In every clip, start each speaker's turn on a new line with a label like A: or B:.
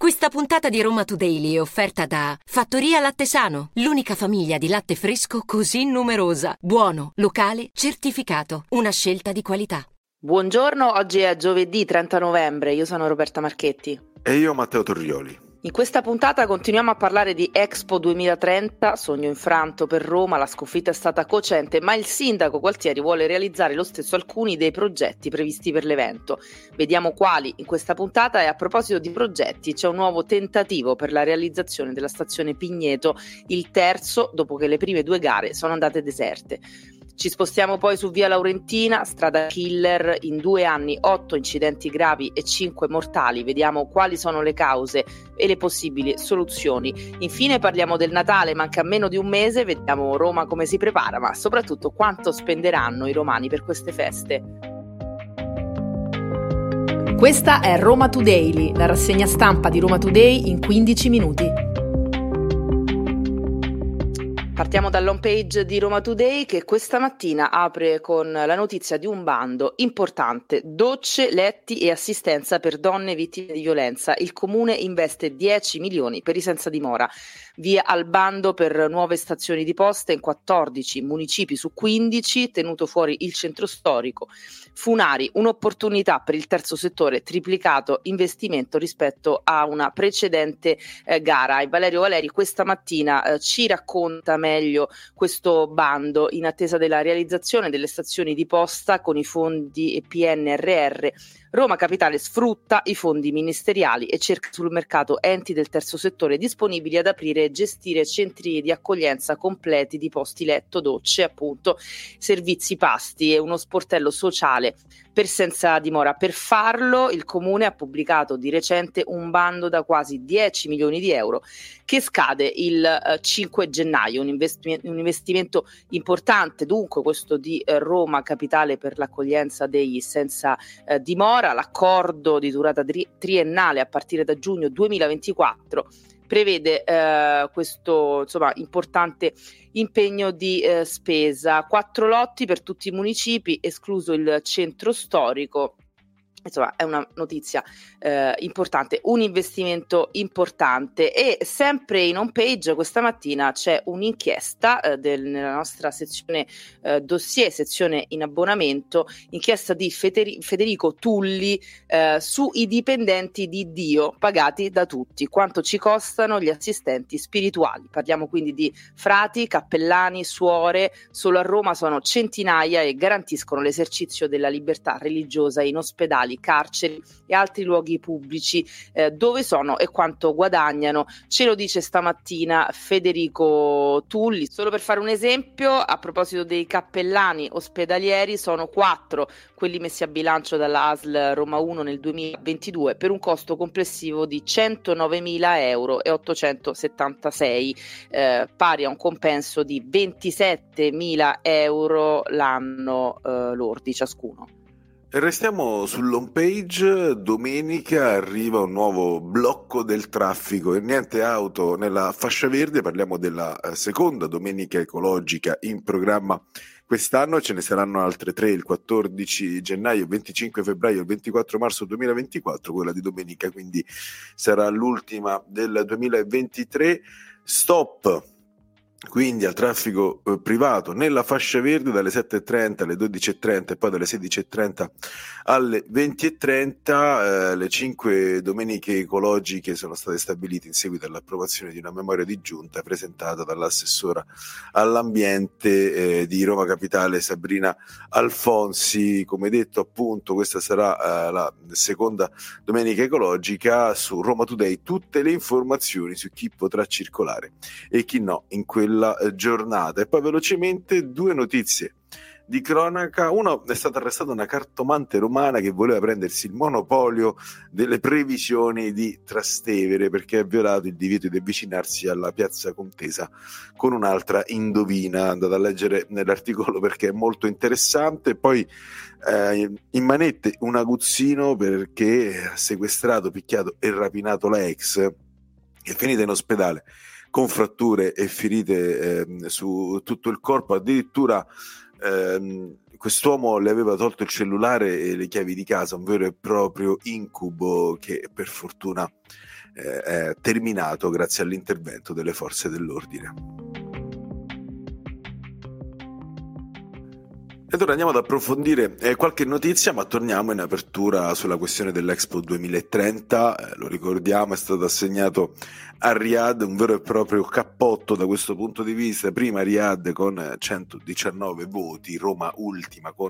A: Questa puntata di Roma Today è offerta da Fattoria Latte Sano, l'unica famiglia di latte fresco così numerosa. Buono, locale, certificato. Una scelta di qualità.
B: Buongiorno, oggi è giovedì 30 novembre, io sono Roberta Marchetti.
C: E io Matteo Torrioli.
B: In questa puntata continuiamo a parlare di Expo 2030, sogno infranto per Roma, la sconfitta è stata cocente, ma il sindaco Gualtieri vuole realizzare lo stesso alcuni dei progetti previsti per l'evento. Vediamo quali in questa puntata e a proposito di progetti c'è un nuovo tentativo per la realizzazione della stazione Pigneto, il terzo dopo che le prime due gare sono andate deserte. Ci spostiamo poi su via Laurentina, strada killer, in 2 anni 8 incidenti gravi e 5 mortali, vediamo quali sono le cause e le possibili soluzioni. Infine parliamo del Natale, manca meno di un mese, vediamo Roma come si prepara, ma soprattutto quanto spenderanno i romani per queste feste.
D: Questa è Roma Today, la rassegna stampa di Roma Today in 15 minuti.
B: Partiamo dall'home page di Roma Today che questa mattina apre con la notizia di un bando importante: docce, letti e assistenza per donne vittime di violenza. Il comune investe 10 milioni per i senza dimora. Via al bando per nuove stazioni di posta in 14 municipi su 15, tenuto fuori il centro storico. Funari, un'opportunità per il terzo settore, triplicato investimento rispetto a una precedente gara. E Valerio Valeri questa mattina ci racconta meglio questo bando in attesa della realizzazione delle stazioni di posta con i fondi PNRR. Roma Capitale sfrutta i fondi ministeriali e cerca sul mercato enti del terzo settore disponibili ad aprire e gestire centri di accoglienza completi di posti letto, docce, appunto, servizi pasti e uno sportello sociale per senza dimora. Per farlo il comune ha pubblicato di recente un bando da quasi 10 milioni di euro che scade il 5 gennaio, un investimento importante dunque questo di Roma Capitale per l'accoglienza dei senza dimora. L'accordo di durata triennale a partire da giugno 2024 prevede questo importante impegno di spesa, 4 lotti per tutti i municipi, escluso il centro storico. Insomma, è una notizia importante, un investimento importante. E sempre in home page questa mattina c'è un'inchiesta nella nostra sezione dossier, sezione in abbonamento, inchiesta di Federico Tulli sui dipendenti di Dio pagati da tutti, quanto ci costano gli assistenti spirituali. Parliamo quindi di frati, cappellani, suore, solo a Roma sono centinaia e garantiscono l'esercizio della libertà religiosa in ospedali, carceri e altri luoghi pubblici. Dove sono e quanto guadagnano ce lo dice stamattina Federico Tulli. Solo per fare un esempio, a proposito dei cappellani ospedalieri, sono 4 quelli messi a bilancio dalla ASL Roma 1 nel 2022 per un costo complessivo di 109.000 euro e 876, pari a un compenso di 27.000 euro l'anno lordi ciascuno.
C: E restiamo sull'home page. Domenica arriva un nuovo blocco del traffico e niente auto nella fascia verde. Parliamo della seconda domenica ecologica in programma quest'anno. Ce ne saranno altre 3, il 14 gennaio, il 25 febbraio e il 24 marzo 2024. Quella di domenica quindi sarà l'ultima del 2023. Stop quindi al traffico privato nella fascia verde dalle 7.30 alle 12.30 e poi dalle 16.30 alle 20.30. Le 5 domeniche ecologiche sono state stabilite in seguito all'approvazione di una memoria di giunta presentata dall'assessora all'ambiente di Roma Capitale Sabrina Alfonsi. Come detto, appunto, questa sarà la seconda domenica ecologica. Su Roma Today tutte le informazioni su chi potrà circolare e chi no in quella giornata. E poi velocemente 2 notizie di cronaca. Uno: è stata arrestata una cartomante romana che voleva prendersi il monopolio delle previsioni di Trastevere perché ha violato il divieto di avvicinarsi alla piazza Contesa con un'altra indovina. Andate a leggere nell'articolo perché è molto interessante. Poi in manette un aguzzino perché ha sequestrato, picchiato e rapinato la ex, è finita in ospedale con fratture e ferite su tutto il corpo. Addirittura quest'uomo le aveva tolto il cellulare e le chiavi di casa, un vero e proprio incubo che per fortuna terminato grazie all'intervento delle forze dell'ordine. Ed ora andiamo ad approfondire qualche notizia, ma torniamo in apertura sulla questione dell'Expo 2030. Lo ricordiamo, è stato assegnato a Riyadh un vero e proprio cappotto da questo punto di vista. Prima Riyadh con 119 voti, Roma ultima con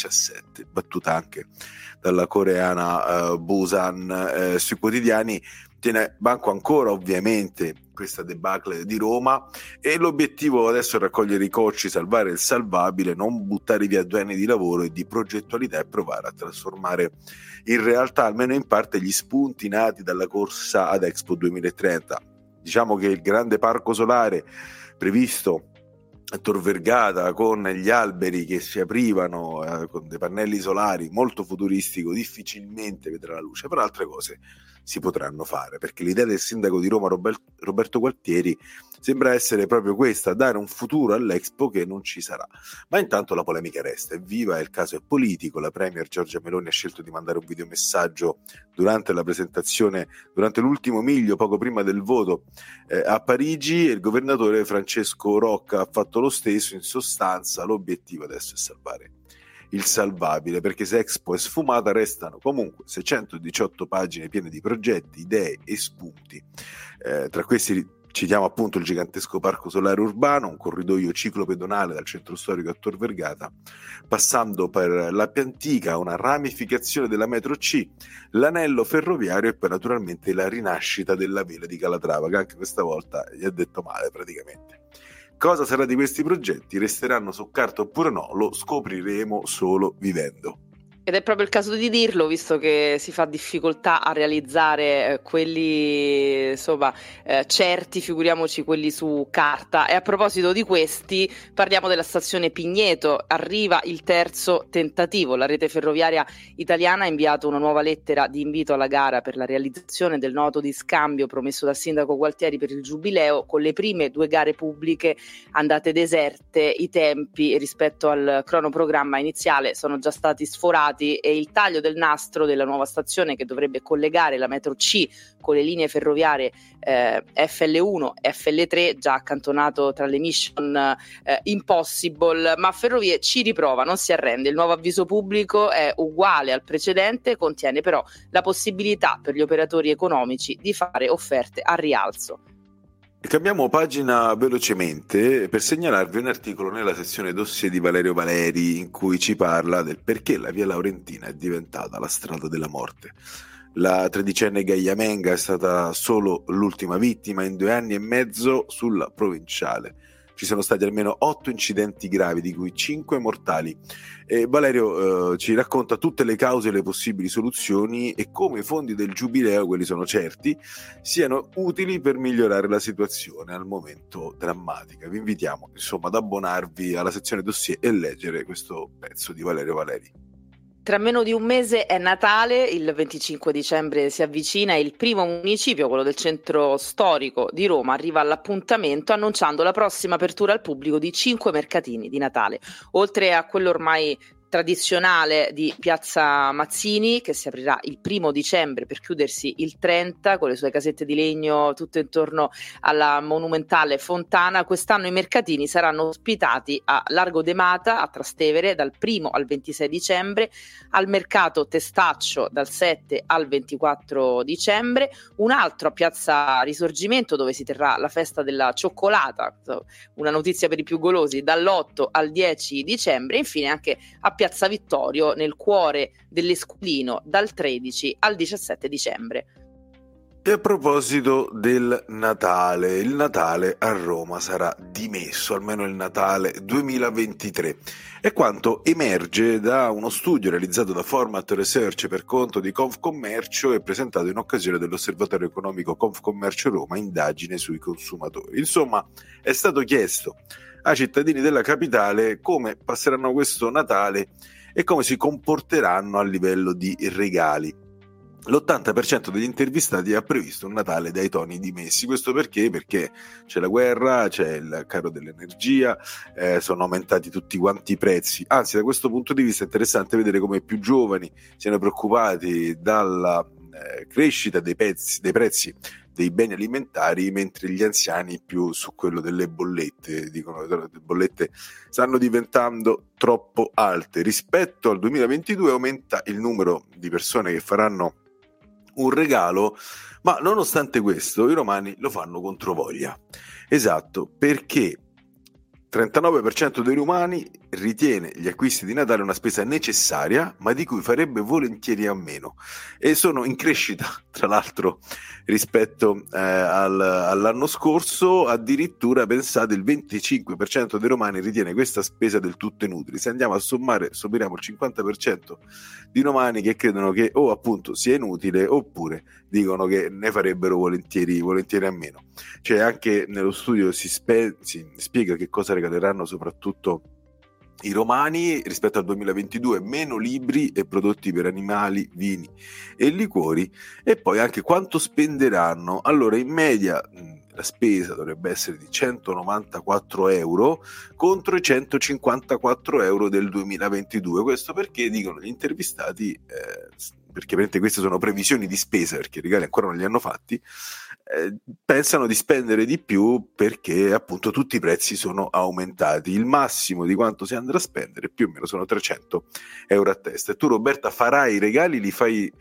C: 17, battuta anche dalla coreana Busan. Sui quotidiani tiene banco ancora ovviamente questa debacle di Roma, e l'obiettivo adesso è raccogliere i cocci, salvare il salvabile, non buttare via 2 anni di lavoro e di progettualità e provare a trasformare in realtà almeno in parte gli spunti nati dalla corsa ad Expo 2030. Diciamo che il grande parco solare previsto a Tor Vergata, con gli alberi che si aprivano con dei pannelli solari, molto futuristico, difficilmente vedrà la luce, però altre cose si potranno fare, perché l'idea del sindaco di Roma Roberto Gualtieri sembra essere proprio questa: dare un futuro all'Expo che non ci sarà. Ma intanto la polemica resta, è viva, il caso è politico. La premier Giorgia Meloni ha scelto di mandare un videomessaggio durante la presentazione, durante l'ultimo miglio, poco prima del voto a Parigi, e il governatore Francesco Rocca ha fatto lo stesso. In sostanza l'obiettivo adesso è salvare il salvabile, perché se Expo è sfumata restano comunque 618 pagine piene di progetti, idee e spunti. Tra questi citiamo appunto il gigantesco parco solare urbano, un corridoio ciclopedonale dal centro storico a Tor Vergata, passando per l'Appia Antica, una ramificazione della metro C, l'anello ferroviario e poi naturalmente la rinascita della vela di Calatrava, che anche questa volta gli ha detto male praticamente. Cosa sarà di questi progetti? Resteranno su carta oppure no? Lo scopriremo solo vivendo.
B: Ed è proprio il caso di dirlo, visto che si fa difficoltà a realizzare quelli insomma certi, figuriamoci quelli su carta. E a proposito di questi, parliamo della stazione Pigneto. Arriva il terzo tentativo. La rete ferroviaria italiana ha inviato una nuova lettera di invito alla gara per la realizzazione del nodo di scambio promesso dal sindaco Gualtieri per il Giubileo. Con le prime 2 gare pubbliche andate deserte, i tempi rispetto al cronoprogramma iniziale sono già stati sforati, e il taglio del nastro della nuova stazione, che dovrebbe collegare la metro C con le linee ferroviarie FL1 e FL3, già accantonato tra le mission impossible, ma Ferrovie ci riprova, non si arrende. Il nuovo avviso pubblico è uguale al precedente, contiene però la possibilità per gli operatori economici di fare offerte a rialzo.
C: Cambiamo pagina velocemente per segnalarvi un articolo nella sezione dossier di Valerio Valeri, in cui ci parla del perché la via Laurentina è diventata la strada della morte. La 13enne Gaia Menga è stata solo l'ultima vittima in 2 anni e mezzo sulla provinciale. Ci sono stati almeno 8 incidenti gravi, di cui 5 mortali. E Valerio ci racconta tutte le cause e le possibili soluzioni e come i fondi del Giubileo, quelli sono certi, siano utili per migliorare la situazione al momento drammatica. Vi invitiamo insomma ad abbonarvi alla sezione dossier e leggere questo pezzo di Valerio Valeri.
B: Tra meno di un mese è Natale, il 25 dicembre si avvicina e il primo municipio, quello del centro storico di Roma, arriva all'appuntamento annunciando la prossima apertura al pubblico di 5 mercatini di Natale. Oltre a quello ormai tradizionale di Piazza Mazzini, che si aprirà il 1 dicembre per chiudersi il 30 con le sue casette di legno tutto intorno alla monumentale fontana, quest'anno i mercatini saranno ospitati a Largo de Mata a Trastevere dal 1 al 26 dicembre, al mercato Testaccio dal 7 al 24 dicembre, un altro a Piazza Risorgimento dove si terrà la festa della cioccolata, una notizia per i più golosi, dall'8 al 10 dicembre, e infine anche a Piazza Vittorio nel cuore dell'Esculino dal 13 al 17 dicembre.
C: E a proposito del Natale, il Natale a Roma sarà dimesso, almeno il Natale 2023. È quanto emerge da uno studio realizzato da Format Research per conto di Confcommercio e presentato in occasione dell'Osservatorio Economico Confcommercio Roma, indagine sui consumatori. Insomma, è stato chiesto ai cittadini della capitale come passeranno questo Natale e come si comporteranno a livello di regali. L'80% degli intervistati ha previsto un Natale dai toni dimessi. Questo perché? Perché c'è la guerra, c'è il caro dell'energia, sono aumentati tutti quanti i prezzi. Anzi, da questo punto di vista è interessante vedere come i più giovani siano preoccupati dalla crescita dei prezzi dei beni alimentari, mentre gli anziani più su quello delle bollette, dicono che le bollette stanno diventando troppo alte. Rispetto al 2022 aumenta il numero di persone che faranno un regalo, ma nonostante questo i romani lo fanno controvoglia. Esatto, perché 39% dei romani ritiene gli acquisti di Natale una spesa necessaria, ma di cui farebbe volentieri a meno, e sono in crescita, tra l'altro, rispetto all'anno scorso. Addirittura, pensate, il 25% dei romani ritiene questa spesa del tutto inutile. Se andiamo a sommeriamo il 50% di romani che credono che appunto sia inutile, oppure dicono che ne farebbero volentieri a meno. Cioè, anche nello studio si spiega che cosa regaleranno soprattutto i romani rispetto al 2022: meno libri e prodotti per animali, vini e liquori, e poi anche quanto spenderanno. Allora, in media la spesa dovrebbe essere di 194 euro contro i 154 euro del 2022. Questo perché dicono gli intervistati, perché ovviamente queste sono previsioni di spesa, perché i regali ancora non li hanno fatti, pensano di spendere di più perché appunto tutti i prezzi sono aumentati. Il massimo di quanto si andrà a spendere più o meno sono 300 euro a testa. E tu, Roberta, farai i regali, li fai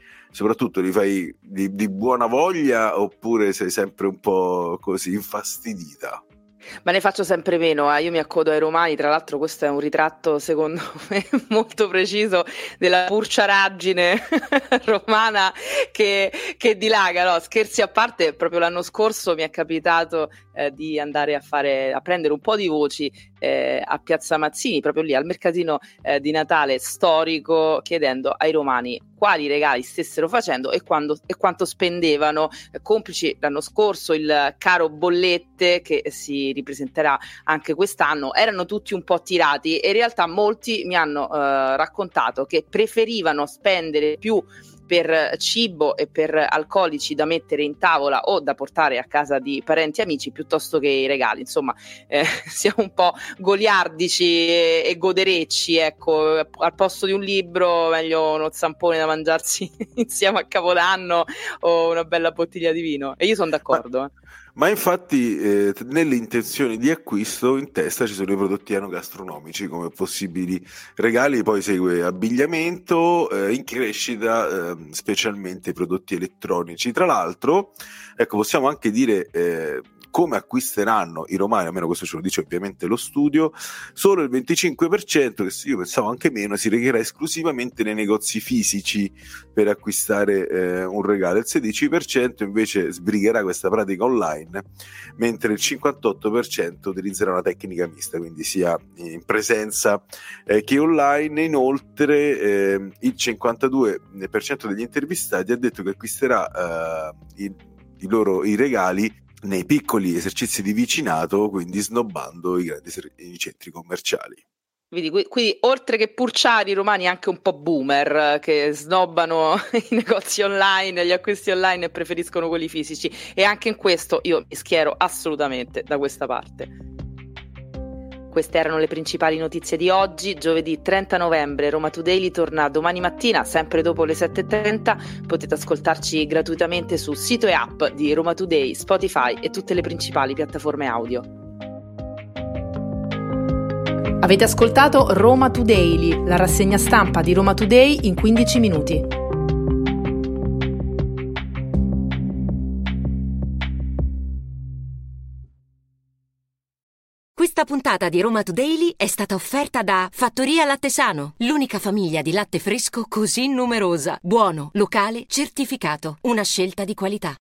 C: di buona voglia, oppure sei sempre un po' così infastidita?
B: Ma ne faccio sempre meno, io mi accodo ai romani. Tra l'altro questo è un ritratto secondo me molto preciso della purciaraggine romana che dilaga, no? Scherzi a parte, proprio l'anno scorso mi è capitato di andare a prendere un po' di voci a Piazza Mazzini, proprio lì al mercatino di Natale storico, chiedendo ai romani quali regali stessero facendo e quanto spendevano, complici l'anno scorso il caro bollette che si ripresenterà anche quest'anno. Erano tutti un po' tirati e in realtà molti mi hanno raccontato che preferivano spendere più per cibo e per alcolici da mettere in tavola o da portare a casa di parenti e amici piuttosto che i regali. Insomma, siamo un po' goliardici e goderecci, ecco. Al posto di un libro meglio uno zampone da mangiarsi insieme a Capodanno o una bella bottiglia di vino, e io sono d'accordo.
C: Ma infatti nelle intenzioni di acquisto in testa ci sono i prodotti enogastronomici come possibili regali, poi segue abbigliamento, in crescita specialmente i prodotti elettronici. Tra l'altro, ecco, possiamo anche dire come acquisteranno i romani, almeno questo ce lo dice ovviamente lo studio. Solo il 25%, che io pensavo anche meno, si recherà esclusivamente nei negozi fisici per acquistare un regalo. Il 16% invece sbrigherà questa pratica online, mentre il 58% utilizzerà una tecnica mista, quindi sia in presenza che online. Inoltre il 52% degli intervistati ha detto che acquisterà i regali nei piccoli esercizi di vicinato, quindi snobbando i grandi centri commerciali.
B: Quindi oltre che purciari, i romani anche un po' boomer, che snobbano i negozi online, gli acquisti online, e preferiscono quelli fisici, e anche in questo io mi schiero assolutamente da questa parte. Queste erano le principali notizie di oggi, giovedì 30 novembre. Roma Today torna domani mattina, sempre dopo le 7:30. Potete ascoltarci gratuitamente sul sito e app di Roma Today, Spotify e tutte le principali piattaforme audio.
D: Avete ascoltato Roma Today, la rassegna stampa di Roma Today in 15 minuti.
A: Questa puntata di Roma Today è stata offerta da Fattoria Latte Sano, l'unica famiglia di latte fresco così numerosa. Buono, locale, certificato. Una scelta di qualità.